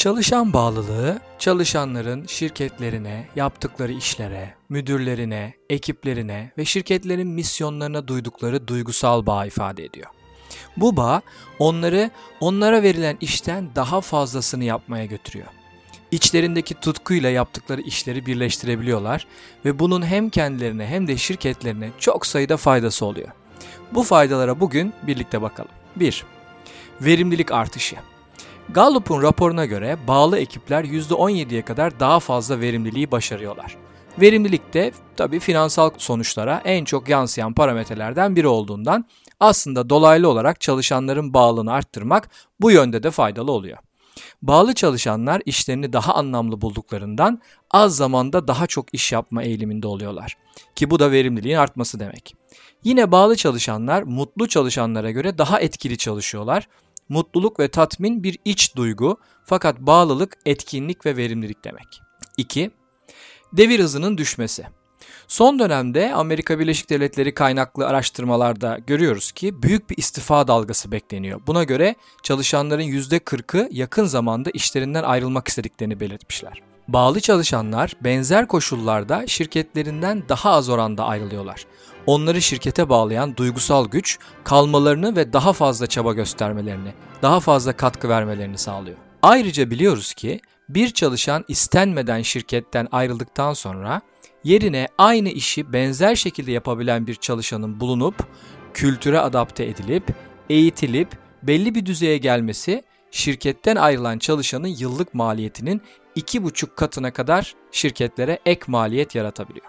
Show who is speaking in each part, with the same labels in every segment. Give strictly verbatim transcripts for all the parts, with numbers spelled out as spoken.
Speaker 1: Çalışan bağlılığı, çalışanların şirketlerine, yaptıkları işlere, müdürlerine, ekiplerine ve şirketlerin misyonlarına duydukları duygusal bağ ifade ediyor. Bu bağ onları onlara verilen işten daha fazlasını yapmaya götürüyor. İçlerindeki tutkuyla yaptıkları işleri birleştirebiliyorlar ve bunun hem kendilerine hem de şirketlerine çok sayıda faydası oluyor. Bu faydalara bugün birlikte bakalım. bir. Verimlilik artışı. Gallup'un raporuna göre bağlı ekipler yüzde on yediye kadar daha fazla verimliliği başarıyorlar. Verimlilik de tabii finansal sonuçlara en çok yansıyan parametrelerden biri olduğundan aslında dolaylı olarak çalışanların bağlılığını arttırmak bu yönde de faydalı oluyor. Bağlı çalışanlar işlerini daha anlamlı bulduklarından az zamanda daha çok iş yapma eğiliminde oluyorlar. Ki bu da verimliliğin artması demek. Yine bağlı çalışanlar mutlu çalışanlara göre daha etkili çalışıyorlar. Mutluluk ve tatmin bir iç duygu fakat bağlılık etkinlik ve verimlilik demek. iki. Devir hızının düşmesi. Son dönemde Amerika Birleşik Devletleri kaynaklı araştırmalarda görüyoruz ki büyük bir istifa dalgası bekleniyor. Buna göre çalışanların yüzde kırkı yakın zamanda işlerinden ayrılmak istediklerini belirtmişler. Bağlı çalışanlar benzer koşullarda şirketlerinden daha az oranda ayrılıyorlar. Onları şirkete bağlayan duygusal güç kalmalarını ve daha fazla çaba göstermelerini, daha fazla katkı vermelerini sağlıyor. Ayrıca biliyoruz ki bir çalışan istenmeden şirketten ayrıldıktan sonra yerine aynı işi benzer şekilde yapabilen bir çalışanın bulunup kültüre adapte edilip, eğitilip belli bir düzeye gelmesi şirketten ayrılan çalışanın yıllık maliyetinin iki buçuk katına kadar şirketlere ek maliyet yaratabiliyor.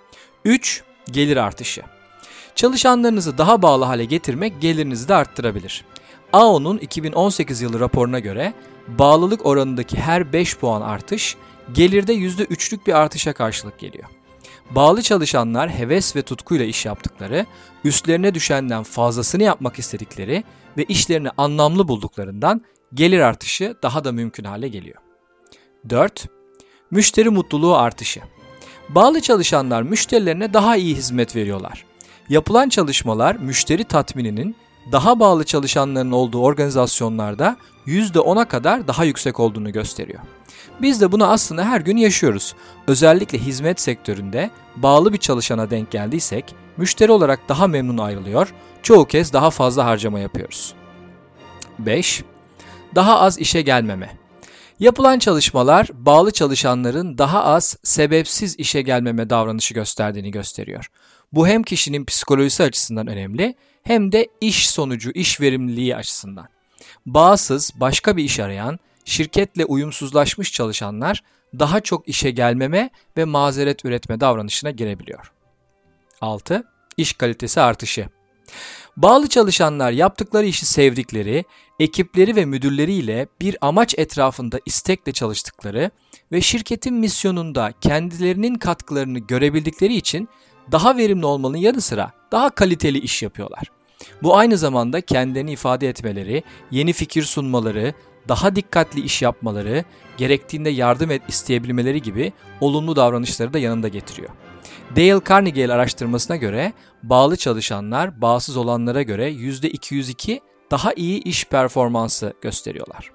Speaker 1: üç. Gelir artışı. Çalışanlarınızı daha bağlı hale getirmek gelirinizi de arttırabilir. A O'nun iki bin on sekiz yılı raporuna göre bağlılık oranındaki her beş puan artış gelirde yüzde üçlük bir artışa karşılık geliyor. Bağlı çalışanlar heves ve tutkuyla iş yaptıkları, üstlerine düşenden fazlasını yapmak istedikleri ve işlerini anlamlı bulduklarından gelir artışı daha da mümkün hale geliyor. dört. Müşteri mutluluğu artışı. Bağlı çalışanlar müşterilerine daha iyi hizmet veriyorlar. Yapılan çalışmalar müşteri tatmininin daha bağlı çalışanların olduğu organizasyonlarda yüzde ona kadar daha yüksek olduğunu gösteriyor. Biz de bunu aslında her gün yaşıyoruz. Özellikle hizmet sektöründe bağlı bir çalışana denk geldiysek müşteri olarak daha memnun ayrılıyor, çoğu kez daha fazla harcama yapıyoruz. beş. Daha az işe gelmeme. Yapılan çalışmalar bağlı çalışanların daha az sebepsiz işe gelmeme davranışı gösterdiğini gösteriyor. Bu hem kişinin psikolojisi açısından önemli hem de iş sonucu, iş verimliliği açısından. Bağımsız, başka bir iş arayan, şirketle uyumsuzlaşmış çalışanlar daha çok işe gelmeme ve mazeret üretme davranışına girebiliyor. altı. İş kalitesi artışı. Bağlı çalışanlar yaptıkları işi sevdikleri, ekipleri ve müdürleriyle bir amaç etrafında istekle çalıştıkları ve şirketin misyonunda kendilerinin katkılarını görebildikleri için daha verimli olmanın yanı sıra daha kaliteli iş yapıyorlar. Bu aynı zamanda kendilerini ifade etmeleri, yeni fikir sunmaları, daha dikkatli iş yapmaları, gerektiğinde yardım et isteyebilmeleri gibi olumlu davranışları da yanında getiriyor. Dale Carnegie araştırmasına göre bağlı çalışanlar bağımsız olanlara göre yüzde iki yüz iki daha iyi iş performansı gösteriyorlar.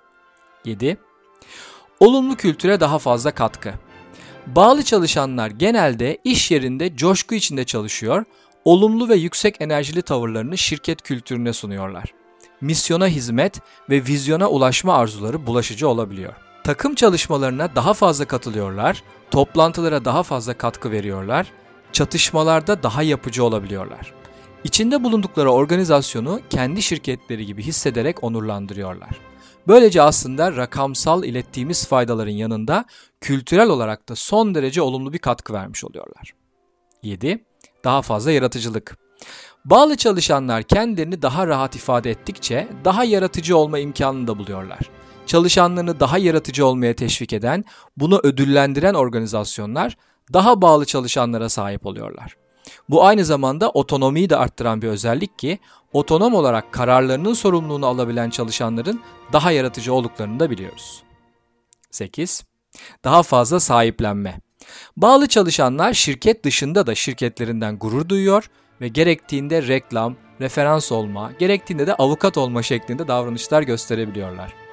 Speaker 1: yedi. Olumlu kültüre daha fazla katkı. Bağlı çalışanlar genelde iş yerinde coşku içinde çalışıyor, olumlu ve yüksek enerjili tavırlarını şirket kültürüne sunuyorlar. Misyona hizmet ve vizyona ulaşma arzuları bulaşıcı olabiliyor. Takım çalışmalarına daha fazla katılıyorlar, toplantılara daha fazla katkı veriyorlar, çatışmalarda daha yapıcı olabiliyorlar. İçinde bulundukları organizasyonu kendi şirketleri gibi hissederek onurlandırıyorlar. Böylece aslında rakamsal ilettiğimiz faydaların yanında kültürel olarak da son derece olumlu bir katkı vermiş oluyorlar. yedi. Daha fazla yaratıcılık. Bağlı çalışanlar kendilerini daha rahat ifade ettikçe daha yaratıcı olma imkanını da buluyorlar. Çalışanlarını daha yaratıcı olmaya teşvik eden, bunu ödüllendiren organizasyonlar daha bağlı çalışanlara sahip oluyorlar. Bu aynı zamanda otonomiyi de arttıran bir özellik ki, otonom olarak kararlarının sorumluluğunu alabilen çalışanların daha yaratıcı olduklarını da biliyoruz. sekiz. Daha fazla sahiplenme. Bağlı çalışanlar şirket dışında da şirketlerinden gurur duyuyor ve gerektiğinde reklam, referans olma, gerektiğinde de avukat olma şeklinde davranışlar gösterebiliyorlar.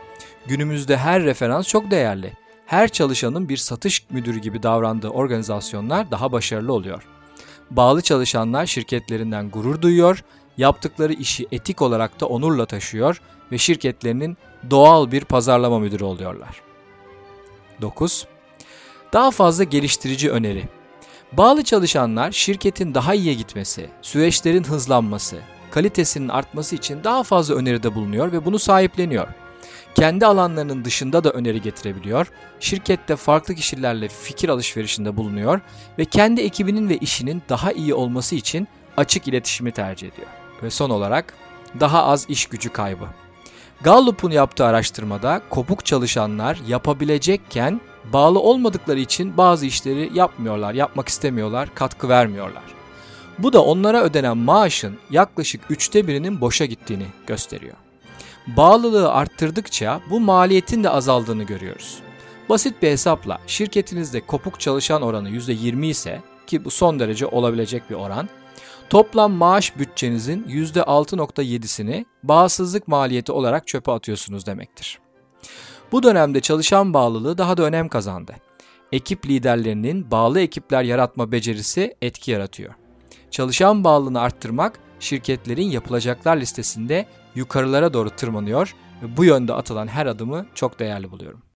Speaker 1: Günümüzde her referans çok değerli. Her çalışanın bir satış müdürü gibi davrandığı organizasyonlar daha başarılı oluyor. Bağlı çalışanlar şirketlerinden gurur duyuyor, yaptıkları işi etik olarak da onurla taşıyor ve şirketlerinin doğal bir pazarlama müdürü oluyorlar. dokuz. Daha fazla geliştirici öneri. Bağlı çalışanlar şirketin daha iyiye gitmesi, süreçlerin hızlanması, kalitesinin artması için daha fazla öneride bulunuyor ve bunu sahipleniyor. Kendi alanlarının dışında da öneri getirebiliyor, şirkette farklı kişilerle fikir alışverişinde bulunuyor ve kendi ekibinin ve işinin daha iyi olması için açık iletişimi tercih ediyor. Ve son olarak daha az iş gücü kaybı. Gallup'un yaptığı araştırmada kopuk çalışanlar yapabilecekken bağlı olmadıkları için bazı işleri yapmıyorlar, yapmak istemiyorlar, katkı vermiyorlar. Bu da onlara ödenen maaşın yaklaşık üçte birinin boşa gittiğini gösteriyor. Bağlılığı arttırdıkça bu maliyetin de azaldığını görüyoruz. Basit bir hesapla şirketinizde kopuk çalışan oranı yüzde yirmi ise, ki bu son derece olabilecek bir oran, toplam maaş bütçenizin yüzde altı virgül yedisini bağımsızlık maliyeti olarak çöpe atıyorsunuz demektir. Bu dönemde çalışan bağlılığı daha da önem kazandı. Ekip liderlerinin bağlı ekipler yaratma becerisi etki yaratıyor. Çalışan bağlılığını arttırmak şirketlerin yapılacaklar listesinde yukarılara doğru tırmanıyor ve bu yönde atılan her adımı çok değerli buluyorum.